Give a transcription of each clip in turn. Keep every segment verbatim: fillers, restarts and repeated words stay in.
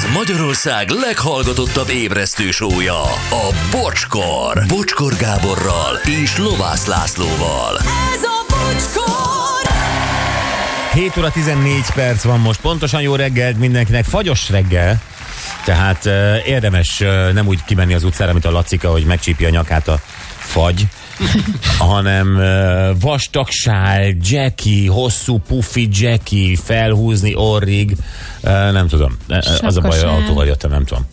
Ez Magyarország leghallgatottabb ébresztő show-ja, a Bocskor. Bocskor Gáborral és Lovász Lászlóval. Ez a Bocskor! hét óra tizennégy perc van most. Pontosan jó reggelt mindenkinek. Fagyos reggel. Tehát uh, érdemes uh, nem úgy kimenni az utcára, mint a Lacika, hogy megcsípi a nyakát a fagy, hanem uh, vastagság, Jackie, hosszú pufi Jackie, felhúzni orrig, uh, nem tudom. Sapka az a baj, hogy autóval jöttem, nem tudom.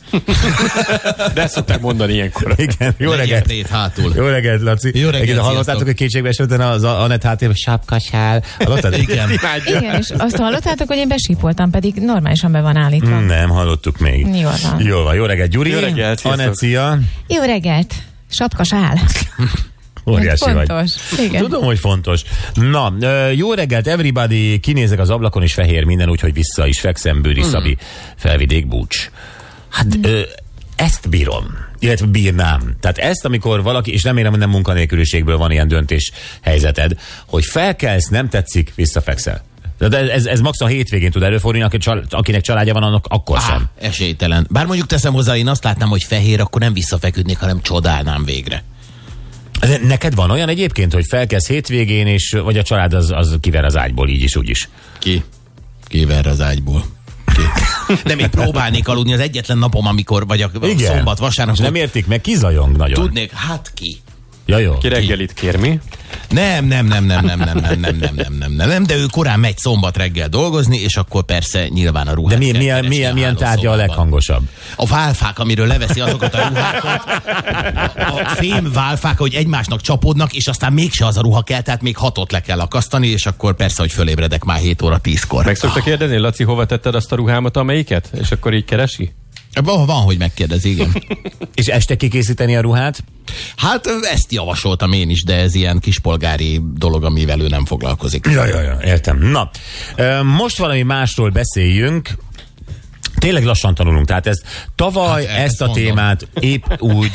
De ezt szokták mondani ilyenkor. Igen, jó reggelt. hátul. Jó reggelt, Laci. Jó reggelt, igen, hallottátok, hogy kétségbe esetben az Anett háttérben sapkasál. Hallottad? Igen. Igen, és azt hallottátok, hogy én besípoltam, pedig normálisan be van állítva. Nem, hallottuk még. Jól van. Jó van, jó reggelt, Gyuri. Jó reggelt, Anett, szia. Jó reggelt. Sapkasál. Óriási vagy. Fontos. Igen. Tudom, hogy fontos. Na, jó reggelt, everybody. Kinézek az ablakon, és fehér minden, úgyhogy vissza is fekszem, Bőri hmm. Szabi, Felvidék, Búcs. Hát hmm. ö, ezt bírom. Illetve bírnám. Tehát ezt, amikor valaki, és remélem, hogy nem munkanélküliségből van ilyen döntés helyzeted, hogy felkelsz, nem tetszik, visszafekszel. De ez, ez max a hétvégén tud előfordulni, akinek családja van, annak akkor Á, sem. Esélytelen. Bár mondjuk teszem hozzá, én azt látnám, hogy fehér, akkor nem visszafeküdnék, hanem csodálnám végre. De neked van olyan egyébként, hogy felkelsz hétvégén, és, vagy a család az, az kiver az ágyból, így is, úgy is? Ki? Kiver az ágyból. Ki? Nem, én próbálnék aludni, az egyetlen napom, amikor, vagy a igen. szombat, vasárnap. Nem értik meg, ki zajong nagyon? Tudnék, hát ki? Ja, jó. Ki reggelit kér, mi? Nem, nem, nem, nem, nem, nem, nem, nem, nem, nem, nem, nem, nem, de ő korán megy szombat reggel dolgozni, és akkor persze nyilván a ruhát. De milyen, milyen, milyen, milyen tárgya a leghangosabb? A válfák, amiről leveszi azokat a ruhákat, a fém válfák, hogy egymásnak csapódnak, és aztán mégse az a ruha kell, tehát még hatot le kell akasztani, és akkor persze, hogy fölébredek már hét óra tízkor. Meg szokta kérdezni, Laci, hova tetted azt a ruhámat, amelyiket? És akkor így keresi? Van, van, hogy megkérdezi, igen. És este kikészíteni a ruhát? Hát ezt javasoltam én is, de ez ilyen kispolgári dolog, amivel ő nem foglalkozik. Ja, ja, ja, értem. Na, most valami másról beszéljünk. Tényleg lassan tanulunk, tehát ez tavaly hát, ezt a mondom. témát épp úgy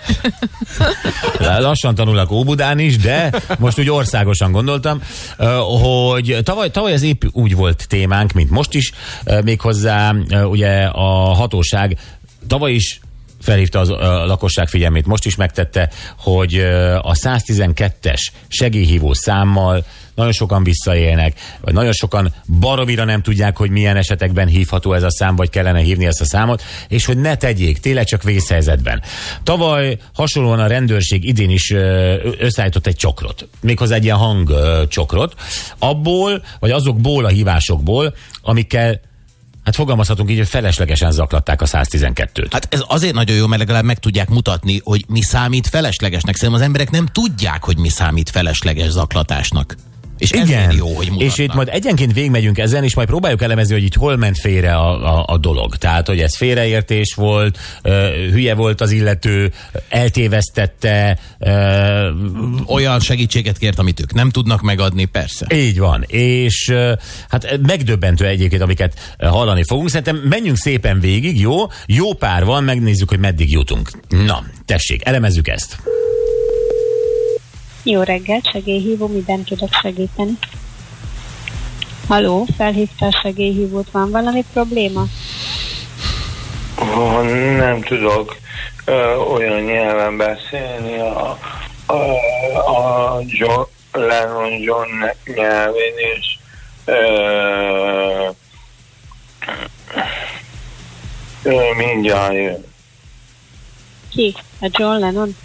lassan tanulnak Óbudán is, de most úgy országosan gondoltam, hogy tavaly, tavaly ez épp úgy volt témánk, mint most is, méghozzá ugye a hatóság tavaly is felhívta az, a lakosság figyelmét, most is megtette, hogy a száztizenkettes segélyhívó számmal nagyon sokan visszaélnek, vagy nagyon sokan baromira nem tudják, hogy milyen esetekben hívható ez a szám, vagy kellene hívni ezt a számot, és hogy ne tegyék, tényleg csak vészhelyzetben. Tavaly hasonlóan a rendőrség idén is összeállított egy csokrot, méghozzá egy ilyen hangcsokrot, abból, vagy azokból a hívásokból, amikkel hát fogalmazhatunk így, hogy feleslegesen zaklatták a száztizenkettőt. Hát ez azért nagyon jó, mert legalább meg tudják mutatni, hogy mi számít feleslegesnek. Szerintem az emberek nem tudják, hogy mi számít felesleges zaklatásnak. És igen, jó, hogy mutatnak. És itt majd egyenként végigmegyünk ezen, és majd próbáljuk elemezni, hogy itt hol ment félre a, a, a dolog. Tehát, hogy ez félreértés volt, uh, hülye volt az illető, eltévesztette. Uh, Olyan segítséget kért, amit ők nem tudnak megadni, persze. Így van, és uh, hát megdöbbentő egyébként, amiket hallani fogunk. Szerintem menjünk szépen végig, jó? Jó pár van, megnézzük, hogy meddig jutunk. Na, tessék, elemezzük ezt. Jó reggelt, segélyhívó, miben tudok segíteni? Haló, felhívta a segélyhívót, van valami probléma? Oh, nem tudok ö, olyan nyelven beszélni a, a, a John, Lennon John nyelvén, és ö, ö, mindjárt jön. Ki? A John Lennon?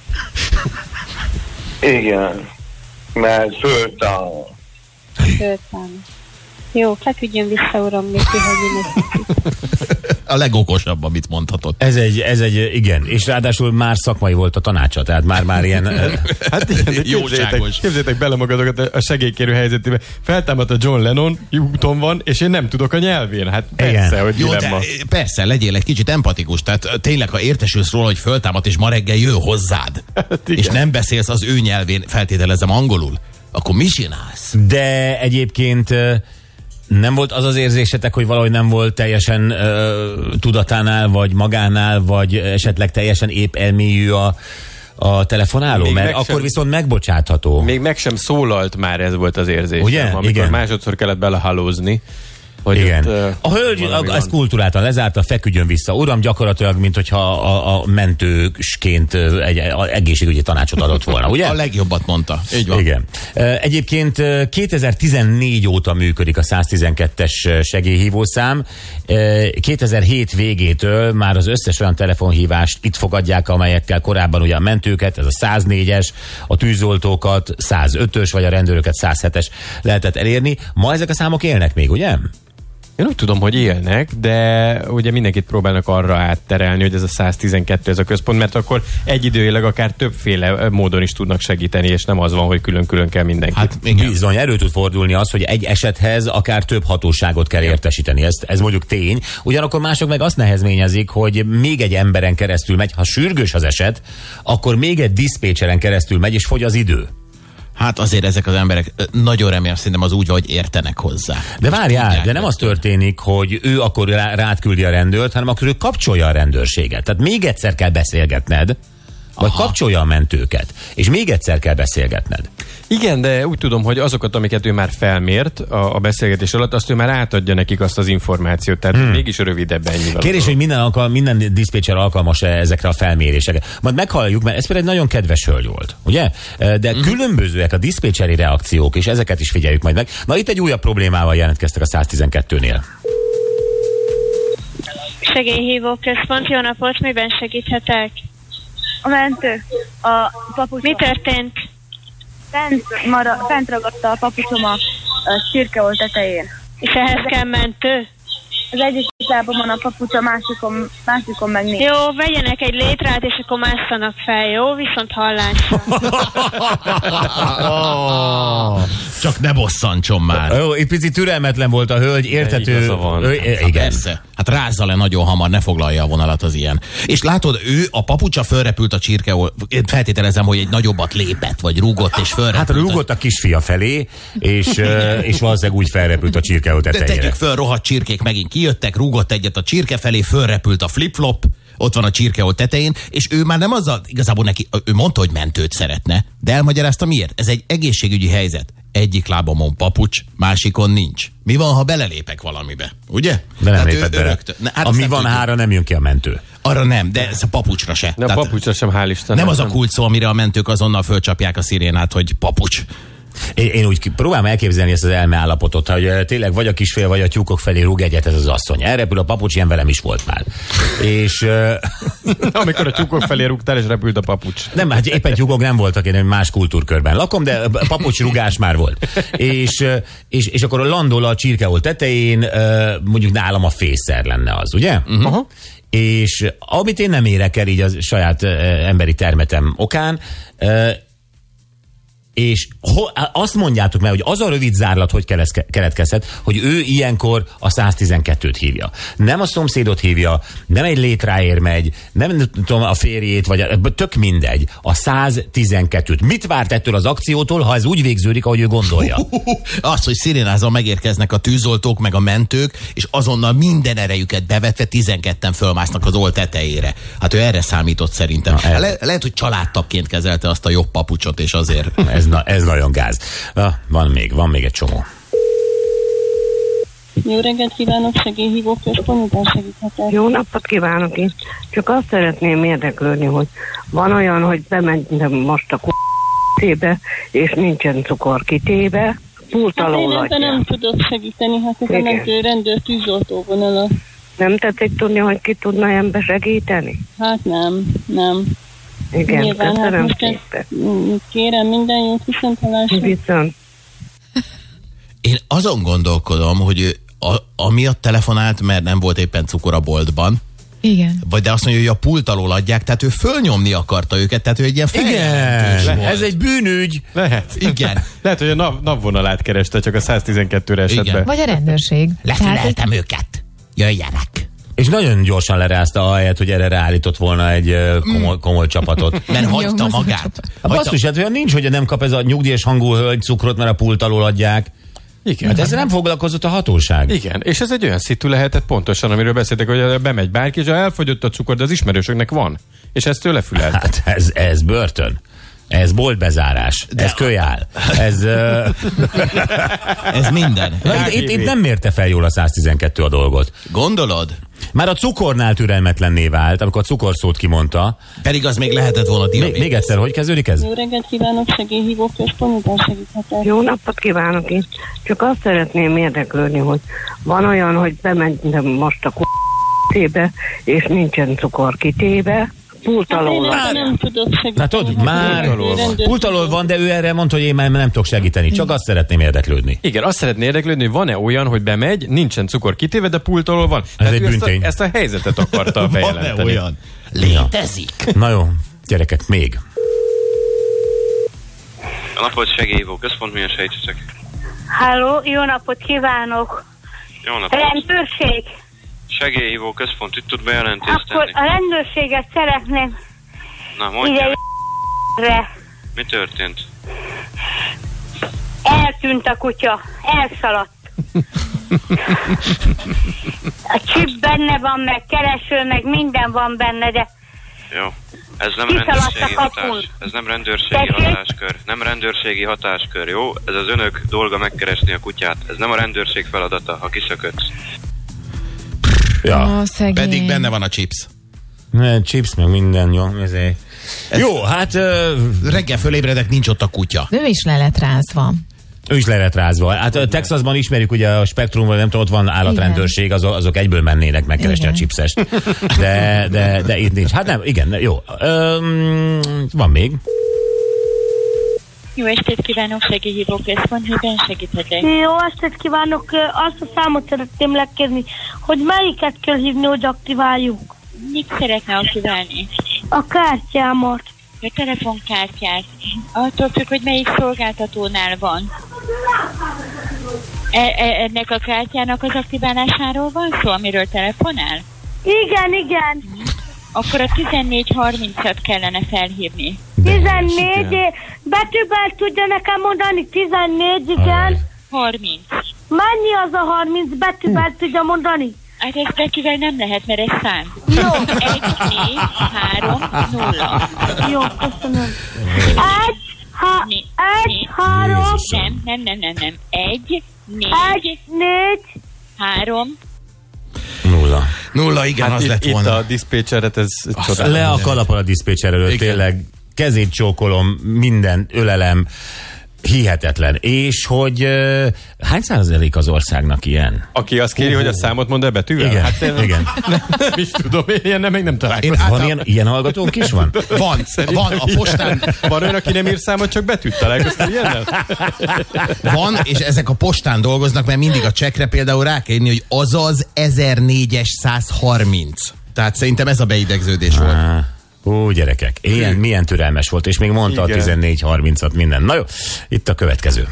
Igen, mert föltállom. Föltállom. Jó, feküdjön vissza, uram, még kihagyni. A legokosabb, amit mondhatott. Ez egy, ez egy, igen, és ráadásul már szakmai volt a tanácsa, tehát már, már ilyen... Hát képzeljétek, képzeljétek bele magatokat a segélykérő helyzetébe. Feltámadt a John Lennon, úton van, és én nem tudok a nyelvén. Hát persze, igen. Hogy jó, dilemma. Persze, legyél egy kicsit empatikus, tehát tényleg, ha értesülsz róla, hogy föltámadt, és ma reggel jön hozzád, hát és nem beszélsz az ő nyelvén, feltételezem angolul, akkor mi csinálsz? De egyébként... nem volt az az érzésetek, hogy valahogy nem volt teljesen uh, tudatánál, vagy magánál, vagy esetleg teljesen épp elmélyű a, a telefonáló? Még mert akkor sem, viszont megbocsátható. Még meg sem szólalt már, ez volt az érzésem. Ugye? Amikor igen. másodszor kellett belehálózni. Hogy igen. Ott, a hölgy ezt kultúráltan lezárta, feküdjön vissza. Uram, gyakorlatilag, mint hogyha a, a mentősként egy a egészségügyi tanácsot adott volna, ugye? A legjobbat mondta. Így van. Igen. Egyébként kétezer-tizennégy óta működik a száztizenkettes segélyhívószám. kétezer-hét végétől már az összes olyan telefonhívást itt fogadják, amelyekkel korábban ugye a mentőket, ez a száznégyes, a tűzoltókat százötös, vagy a rendőröket százhetes lehetett elérni. Ma ezek a számok élnek még, ugye? Én úgy tudom, hogy élnek, de ugye mindenkit próbálnak arra átterelni, hogy ez a száztizenkettő ez a központ, mert akkor egyidőileg akár többféle módon is tudnak segíteni, és nem az van, hogy külön-külön kell mindenki. Hát bizony, elő tud fordulni az, hogy egy esethez akár több hatóságot kell értesíteni. Ez, ez mondjuk tény. Ugyanakkor mások meg azt nehezményezik, hogy még egy emberen keresztül megy, ha sürgős az eset, akkor még egy diszpécseren keresztül megy, és fogy az idő. Hát azért ezek az emberek nagyon remélem, szerintem az úgy, hogy értenek hozzá. De várjál, de nem az történik, hogy ő akkor rá, rád küldi a rendőrt, hanem akkor ő kapcsolja a rendőrséget. Tehát még egyszer kell beszélgetned, vagy Aha. kapcsolja a mentőket, és még egyszer kell beszélgetned. Igen, de úgy tudom, hogy azokat, amiket ő már felmért a, a beszélgetés alatt, azt ő már átadja nekik azt az információt, tehát hmm. mégis rövidebb ennyivel. Kérdés, hogy minden, alkalm, minden diszpécser alkalmas-e ezekre a felmérésekre. Majd meghalljuk, mert ez például egy nagyon kedves hölgy volt, ugye? De hmm. különbözőek a diszpécseri reakciók, és ezeket is figyeljük majd meg. Na itt egy újabb problémával jelentkeztek a száztizenkettőnél. Segélyhívó központ, jó napot, miben segíthetek? A mentő. A papucsom. Mi történt? Fent, mara, fent ragadta a papucsom a, a csirkeolt tetején. És ehhez kell mentő? Az egyik lábon van a papucs, a másikon, másikon meg nincs. Jó, vegyenek egy létrát, és akkor másszanak fel, jó? Viszont hallásra. oh, csak ne bosszantson már. Jó, itt picit türelmetlen volt a hölgy, érthető. Ő, igen. Persze. Hát rázza le nagyon hamar, ne foglalja a vonalat az ilyen. És látod, ő a papucsa fölrepült a csirkeol. Én feltételezem, hogy egy nagyobbat lépett, vagy rúgott és fölrepült. Hát rúgott a kisfia felé, és, és valószínűleg úgy felrepült a csirkeol tetejére. De tegyük föl, rohadt csirkék megint kijöttek, rúgott egyet a csirke felé, fölrepült a flip-flop, ott van a csirkeolt tetején, és ő már nem azzal, igazából neki, ő mondta, hogy mentőt szeretne, de elmagyarázta miért. Ez egy egészségügyi helyzet. Egyik lábamon papucs, másikon nincs. Mi van, ha belelépek valamibe? Ugye? De nem lépett bele. Hát a mi van tudjuk. Hára nem jön ki a mentő. Arra nem, de ez a papucsra se. De a papucsra sem, hál' Isten. Nem az a kult szó, amire a mentők azonnal fölcsapják a szirénát, hogy papucs. Én, én úgy próbálom elképzelni ezt az elmeállapotot, hogy tényleg vagy a kisfél, vagy a tyúkok felé rúg egyet ez az asszony. Elrepül a papucs, ilyen velem is volt már. És... Amikor a tyúkok felé rúgtál, és repült a papucs. Nem, hát éppen tyúkok nem voltak, én más kultúrkörben lakom, de papucs rugás már volt. És, és, és akkor landol a csirkeolt tetején, mondjuk nálam a fészer lenne az, ugye? Uh-huh. És amit én nem érek el így a saját emberi termetem okán, és ho, azt mondjátok meg, hogy az a rövid zárlat hogy keletkezhet, hogy ő ilyenkor a száztizenkettőt hívja. Nem a szomszédot hívja, nem egy létráér megy, nem tudom, a férjét, vagy a, tök mindegy. A száztizenkettőt. Mit várt ettől az akciótól, ha ez úgy végződik, ahogy ő gondolja? Azt, hogy szirénázva megérkeznek a tűzoltók, meg a mentők, és azonnal minden erejüket bevetve tizenketten fölmásznak az old tetejére. Hát ő erre számított szerintem. Na, Le, lehet, hogy családtagként kezelte azt a jobb papucsot, és azért... Ez, na, ez nagyon gáz. Na, van még, van még egy csomó. Jó reggelt kívánok, segélyhívó központban segíthetek. Jó napot kívánok én. Csak azt szeretném érdeklődni, hogy van olyan, hogy bementem most a k***tébe, és nincsen cukor kitéve, pult alól hát én nem tudok segíteni, hát ez a mentő rendőr tűzoltó vonala. Nem tetszik tudni, hogy ki tudna ebbe segíteni? Hát nem, nem. Igen, nyilván, köszönöm hát szépen. Kérem, minden jót, viszontlátásra. Viszont. Én azon gondolkodom, hogy a, amiatt telefonált, mert nem volt éppen cukor a boltban. Igen. Vagy de azt mondja, hogy a pult alól adják, tehát ő fölnyomni akarta őket, tehát ő egy ilyen feljelentős volt. Ez egy bűnügy. Lehet. Igen. Lehet, hogy a nav, navvonalát kereste csak a száztizenkettőre esetben. Vagy a rendőrség. Lefüleltem tehát... őket. Jöjjenek. És nagyon gyorsan lerázta ahelyett, hogy erre ráállított volna egy komoly, komoly csapatot. Mert hagyta magát. A basszus, hát olyan nincs, hogy nem kap ez a nyugdíjas hangú hölgy cukrot, mert a pult alól adják. Igen. Hát ezzel nem foglalkozott a hatóság. Igen, és ez egy olyan szitu lehetett pontosan, amiről beszéltek, hogy bemegy bárki, és elfogyott a cukor, de az ismerősöknek van. És ezt tőle fülelte. Hát ez, ez börtön. Ez boltbezárás, de ez kölyál, ez... Uh... Ez minden. Na, itt, itt, itt nem mérte fel jól a száz tizenkettő a dolgot. Gondolod? Már a cukornál türelmetlenné vált, amikor a cukorszót kimondta. Pedig az még lehetett volna diabétesz. Még, még egyszer, hogy kezdődik ez? Jó reggelt kívánok, segélyhívó központban segíthetek. Jó napot kívánok én. Csak azt szeretném érdeklődni, hogy van olyan, hogy bementem most a k***tébe, és nincsen cukor kitéve, pult alól van. Hát nem tudok segíteni. Látod, már pult alól van, de ő erre mondta, hogy én már nem tudok segíteni. Csak azt szeretném érdeklődni. Igen, azt szeretné érdeklődni, hogy van-e olyan, hogy bemegy, nincsen cukor kitéve, de pult alól van. Ez Tehát egy ő ezt, a, bűntény. ezt a helyzetet akarta bejelenteni. Van-e olyan? Létezik. Na jó, gyerekek, még. A napot segélyhívó központ, milyen segítsetek? Halló, jó napot kívánok! Jó napot! Rendőrség! Segélyhívó központ, itt tud bejelentést Akkor tenni? a rendőrséget szeretném Na, mondja, ide mi történt? eltűnt a kutya, elszaladt. A chip benne van, meg kereső, meg minden van benne, de Jó. Ez nem Kiszaladt rendőrségi a kapun. hatás. Ez nem rendőrségi Tessék? hatáskör. Nem rendőrségi hatáskör, jó? Ez az önök dolga megkeresni a kutyát. Ez nem a rendőrség feladata, ha kiszöködsz. Ja. Ó, szegény. Pedig benne van a chips. Ne, chips, meg minden, jó. Ezért. Jó, hát... Uh, Reggel fölébredek, nincs ott a kutya. Ő is le lett rázva. ő is le lett rázva. Hát a Texasban ismerjük, ugye a Spektrumban, nem tudom, ott van állatrendőrség, azok, azok egyből mennének megkeresni Igen. a chipsest. De, de, de itt nincs. Hát nem, igen, jó. Öm, van még. Jó estét kívánok, segélyhívó központ, miben segíthetek? jó estét kívánok, azt a számot szeretném legkérni, hogy melyiket kell hívni, hogy aktiváljuk. Mit szeretne aktiválni? A kártyámat. A telefonkártyát. Attól függ, hogy melyik szolgáltatónál van. E- e- ennek a kártyának az aktiválásáról van szó, amiről telefonál? Igen, igen. Akkor a tizennégy harmincat kellene felhívni. tizennégy, betűvel tudja nekem mondani, tizennégy, igen. harminc. Mennyi az a harminc betűvel tudja mondani? Hát ezt betűvel nem lehet, mert ez szám. Jó. egy, négy, három, nulla. Jó, köszönöm. Egy, ha, Né- egy, né- három, Nem, nem, nem, nem, nem. Egy, négy, egy, négy, három, Nulla. Nulla, igen, Hát az itt, lett itt volna. a diszpécseret, ez csodálatos. Le a kalapal a diszpécser előtt, Igen. tényleg kezét csókolom, minden ölelem, hihetetlen. És hogy uh, hány százalék az országnak ilyen? Aki azt kéri, hogy a számot mondd el betűvel? Igen, Hát én igen. nem is tudom, én ilyen nem, még nem Én találkozom. át- Van ilyen, ilyen hallgatónk is van? Van, van a postán, Van olyan, aki nem ír számot, csak betűt találkoztál ilyennel? van, és ezek a postán dolgoznak, mert mindig a csekre például rá kell írni, hogy azaz ezernégyszázharminc. Tehát szerintem ez a beidegződés volt. Á, Ó, gyerekek, ilyen, milyen türelmes volt, és még mondta Igen. a tizennégy harmincat minden. Na jó, itt a következő.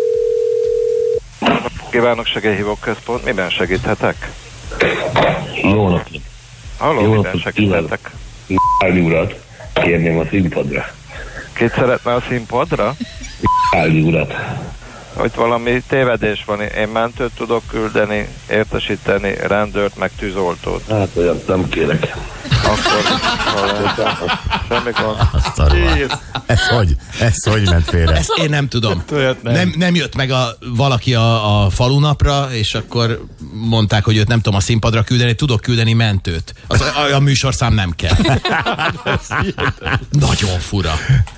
Kívánok, segélyhívó központ, miben segíthetek? Jó napot! Halló, Jó miben napot segíthetek? Ági urat kérném a színpadra. Kit szeretne a színpadra? Ági urat. Hogy valami tévedés van, én mentőt tudok küldeni, értesíteni, rendőrt, meg tűzoltót. Hát olyat nem kérek. Akkor semmi gond. Azt a rohadt. Ez hogy? Ez hogy ment félre? Ezt én nem tudom. Olyat nem. Nem, nem jött meg a, valaki a, a falunapra, és akkor mondták, hogy őt nem tudom a színpadra küldeni, tudok küldeni mentőt. Az, a, a műsorszám nem kell. Nagyon fura.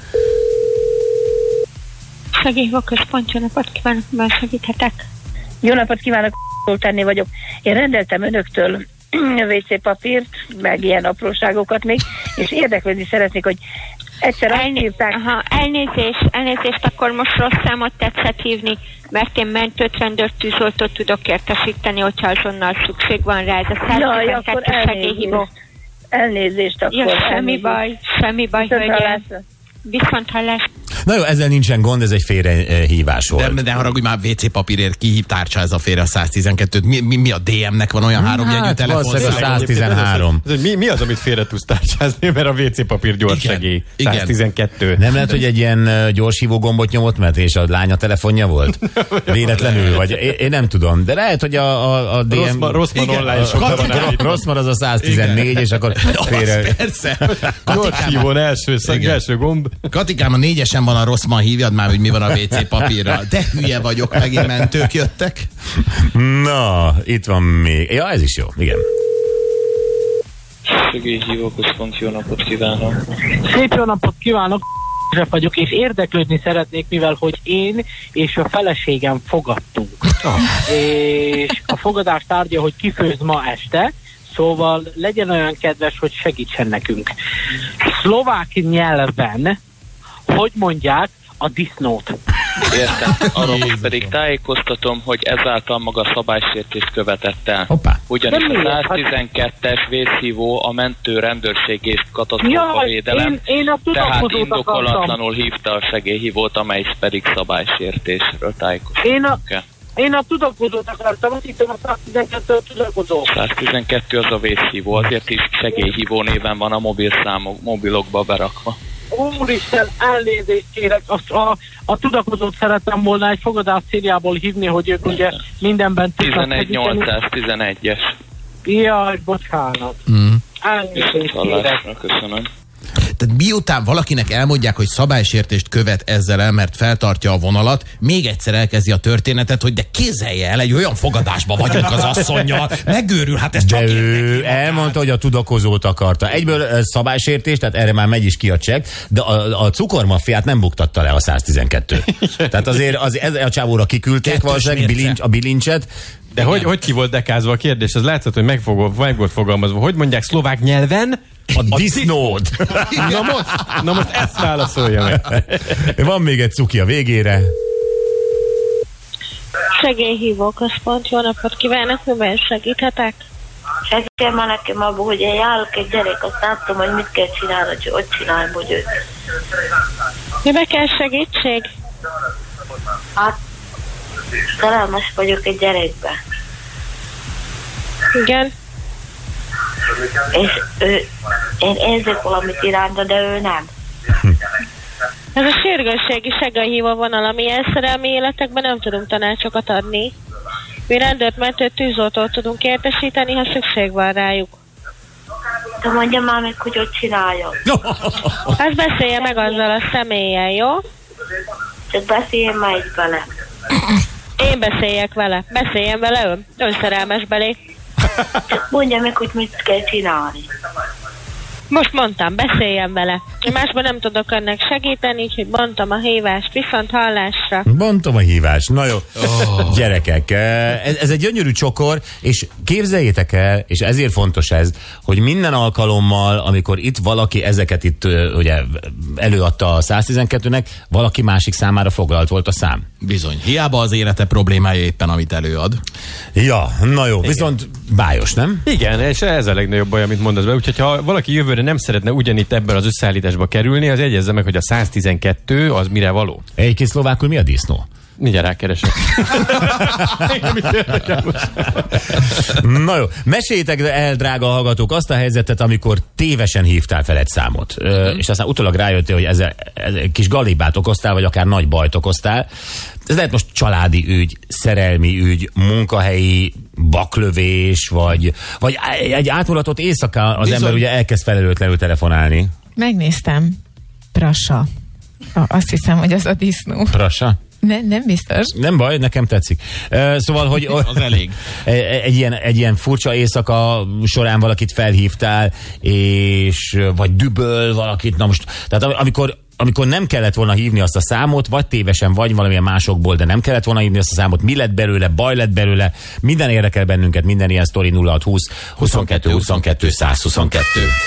segélyhívó központ, jó napot kívánok, miben segíthetek? Jó napot kívánok, Tenni vagyok. Én rendeltem önöktől vé cé papírt, meg ilyen apróságokat még, és érdeklődni szeretnék, hogy egyszer azt hívták. Aha, elnézést, elnézést, akkor most rossz számot tetszett hívni, mert én mentőt, rendőrt, tűzoltót tudok értesíteni, hogyha azonnal szükség van rá. Ez a Jaj, akkor száz tizenkettő segélyhívó. elnézést. Elnézést akkor. Jó, semmi elnézést. baj, semmi baj, Viszont hölgyem. hallásra. Viszont hallás. Na jó, ezzel nincsen gond, ez egy félrehívás volt. De, de haragudj már, vé cé papírért ki tárcsa ez a félre a száztizenkettőt. Mi, mi, mi a dé emnek van olyan háromjegyű Hát, telefon? valószínűleg a száztizenhárom. Ez, ez, mi, mi az, amit félre tudsz tárcsázni, mert a vé cé papír gyors segély. száztizenkettő. Nem lehet, hogy egy ilyen gyorshívó gombot nyomott, mert és a lánya telefonja volt? Véletlenül, vagy én, én nem tudom. De lehet, hogy a, a, a dé em... Rosszman, Rosszman online sokkal van állítva. Rosszman az a száztizennégy, igen. És akkor félre... Persze. Gyorshívón első, első gomb. Katikám, a négyesen van a Rosszman, hívjad már, hogy mi van a vé cé papírral. De hülye vagyok, megint mentők jöttek. Na, itt van még. Ja, ez is jó, igen. Segélyhívó központ, jó napot kívánok. Szép jó napot kívánok, vagyok, és érdeklődni szeretnék, mivel hogy én és a feleségem fogadtunk. Oh. És a fogadás tárgya, hogy kifőz ma este, szóval legyen olyan kedves, hogy segítsen nekünk. Szlovák nyelven hogy mondják a disznót? Értem. Arról most pedig tájékoztatom, hogy ezáltal maga szabálysértést követett el. Hoppá. Ugyanis a száztizenkettes vészhívó a mentő, rendőrség és katasztrófavédelem, én, én tehát indokolatlanul hívta a segélyhívót, amely pedig szabálysértésről tájékoztatom. Én a, én a tudakozót akartam, azt hittem a száztizenkettő a tudakozó. száztizenkettő az a vészhívó, azért is segélyhívó néven van a mobil számok, mobilokba berakva. Úristen, elnézést kérek, a, a, a tudakozót szerettem volna egy fogadás céljából hívni, hogy ők ugye mindenben tudnak tizenegy nyolcszáztizenegyes. Jaj, bocsánat. Mm. Elnézést kérek. Köszönöm. Tehát miután valakinek elmondják, hogy szabálysértést követ ezzel el, mert feltartja a vonalat, még egyszer elkezdi a történetet, hogy de kézzelje el, egy olyan fogadásban vagyunk az asszonnyal, megőrül, hát ez csak de ő elmondta, hogy a tudakozót akarta. Egyből szabálysértés, tehát erre már megy is ki a csekk, de a, a cukormaffiát nem buktatta le a száztizenkettő. Tehát azért az, ez a csávóra kiküldték valószínűleg bilincs, a bilincset. De hogy, hogy ki volt dekázva a kérdés? Az látszott, hogy meg, fog, meg volt fogalmazva. Hogy mondják szlovák nyelven? A, a disznót. Na most, na most ezt válaszolja meg. Van még egy cuki a végére. Segélyhívó központ, jó napot kívánok, miben segíthetek? Segítsél már nekem abban, hogy én járok egy gyerek, azt látom, hogy mit kell csinálni, hogy hogy csinálj, hogy őt. Mibe kell segítség? Hát, szerelmes vagyok egy gyerekbe. Igen. És ő, én érzek valamit iránta, de ő nem. Ez a sürgősségi segélyhívó vonal, ami ilyen szerelmi életekben nem tudunk tanácsokat adni. Mi rendőrt, mentőt, tűzoltót tudunk értesíteni, ha szükség van rájuk. De mondja már meg, hogy hogy csináljon. Ezt beszélje meg azzal a személlyel, jó? Csak beszéljen már így vele. Én beszéljek vele. Beszéljen vele ön. Ön szerelmes belé. Csak mondja meg, hogy mit kell csinálni. Most mondtam, beszéljen vele. Én másban nem tudok önnek segíteni, úgyhogy mondtam a hívást, viszont hallásra. Mondtam a hívást. Na jó, oh. Gyerekek, ez, ez egy gyönyörű csokor, és képzeljétek el, és ezért fontos ez, hogy minden alkalommal, amikor itt valaki ezeket itt ugye előadta a száztizenkettőnek, valaki másik számára foglalt volt a szám. Bizony. Hiába az élete problémája éppen, amit előad. Ja, na jó, igen. Viszont bájos, nem? Igen, és ez a legnagyobb baj, amit mondasz be. Úgyhogy ha valaki jövőre nem szeretne ugyanitt ebben az összeállításba kerülni, az jegyezze meg, hogy a száztizenkettő az mire való. Egyébként szlovákul mi a disznó? Mindjárt rákeresek. Na jó, meséljétek el, drága hallgatók, azt a helyzetet, amikor tévesen hívtál fel egy számot, mm-hmm. és aztán utólag rájöttél, hogy ezzel, ezzel kis galibát okoztál, vagy akár nagy bajt okoztál. Ez lehet most családi ügy, szerelmi ügy, munkahelyi baklövés, vagy, vagy egy átmulatott éjszaka az Bizony. Ember ugye elkezd felelőtlenül telefonálni. Megnéztem. Prasa. Ah, azt hiszem, hogy az a disznó. Prasa? Ne, nem biztos. Nem baj, nekem tetszik. Uh, szóval, hogy az elég. Egy ilyen, egy ilyen furcsa éjszaka során valakit felhívtál, és vagy düböl valakit, na most, tehát amikor amikor nem kellett volna hívni azt a számot, vagy tévesen, vagy valamilyen másokból, de nem kellett volna hívni azt a számot, mi lett belőle, baj lett belőle, minden érdekel bennünket, minden ilyen sztori nulla hat húsz huszonkettő huszonkettő száz huszonkettő.